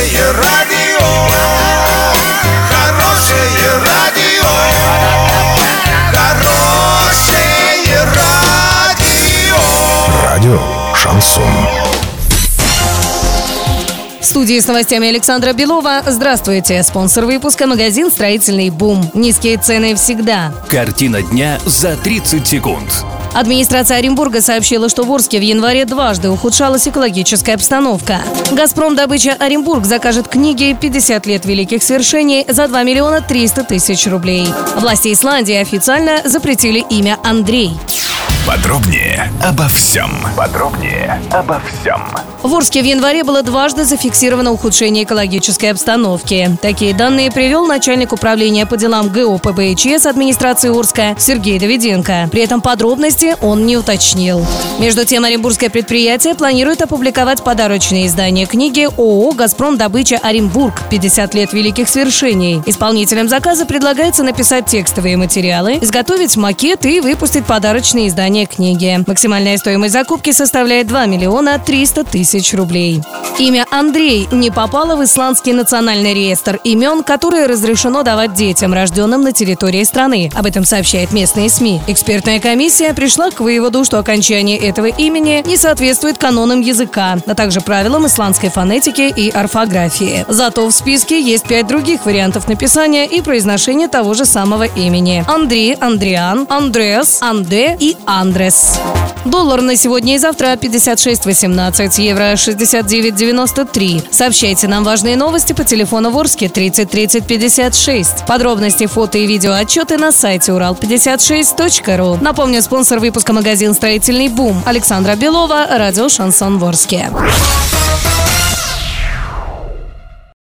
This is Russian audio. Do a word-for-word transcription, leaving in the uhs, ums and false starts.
Хорошее радио, хорошее радио, хорошее радио. Радио Шансон. В студии с новостями Александра Белова. Здравствуйте. Спонсор выпуска — магазин «Строительный бум». Низкие цены всегда. Картина дня за тридцать секунд. Администрация Оренбурга сообщила, что в Орске в январе дважды ухудшалась экологическая обстановка. «Газпром Добыча Оренбург» закажет книги «пятьдесят лет великих свершений» за два миллиона триста тысяч рублей. Власти Исландии официально запретили имя Андрей. Подробнее обо всем. Подробнее обо всем. В Орске в январе было дважды зафиксировано ухудшение экологической обстановки. Такие данные привел начальник управления по делам ГО ПБЧС администрации Орска Сергей Давиденко. При этом подробности он не уточнил. Между тем, оренбургское предприятие планирует опубликовать подарочное издание книги ООО «Газпром Добыча Оренбург. пятьдесят лет великих свершений». Исполнителям заказа предлагается написать текстовые материалы, изготовить макет и выпустить подарочное издание книги. Максимальная стоимость закупки составляет два миллиона триста тысяч рублей. Имя Андрей не попало в исландский национальный реестр имен, которые разрешено давать детям, рожденным на территории страны. Об этом сообщает местные СМИ. Экспертная комиссия пришла к выводу, что окончание этого имени не соответствует канонам языка, а также правилам исландской фонетики и орфографии. Зато в списке есть пять других вариантов написания и произношения того же самого имени: Андрей, Андриан, Андреас, Анде и Андрес. Доллар на сегодня и завтра пятьдесят шесть восемнадцать, евро шестьдесят девять девяносто три. Сообщайте нам важные новости по телефону в Орске тридцать тридцать пятьдесят шесть. Подробности, фото и видео отчеты на сайте урал пятьдесят шесть точка ру. Напомню, спонсор выпуска — магазин «Строительный бум». Александра Белова, радио «Шансон» в Орске.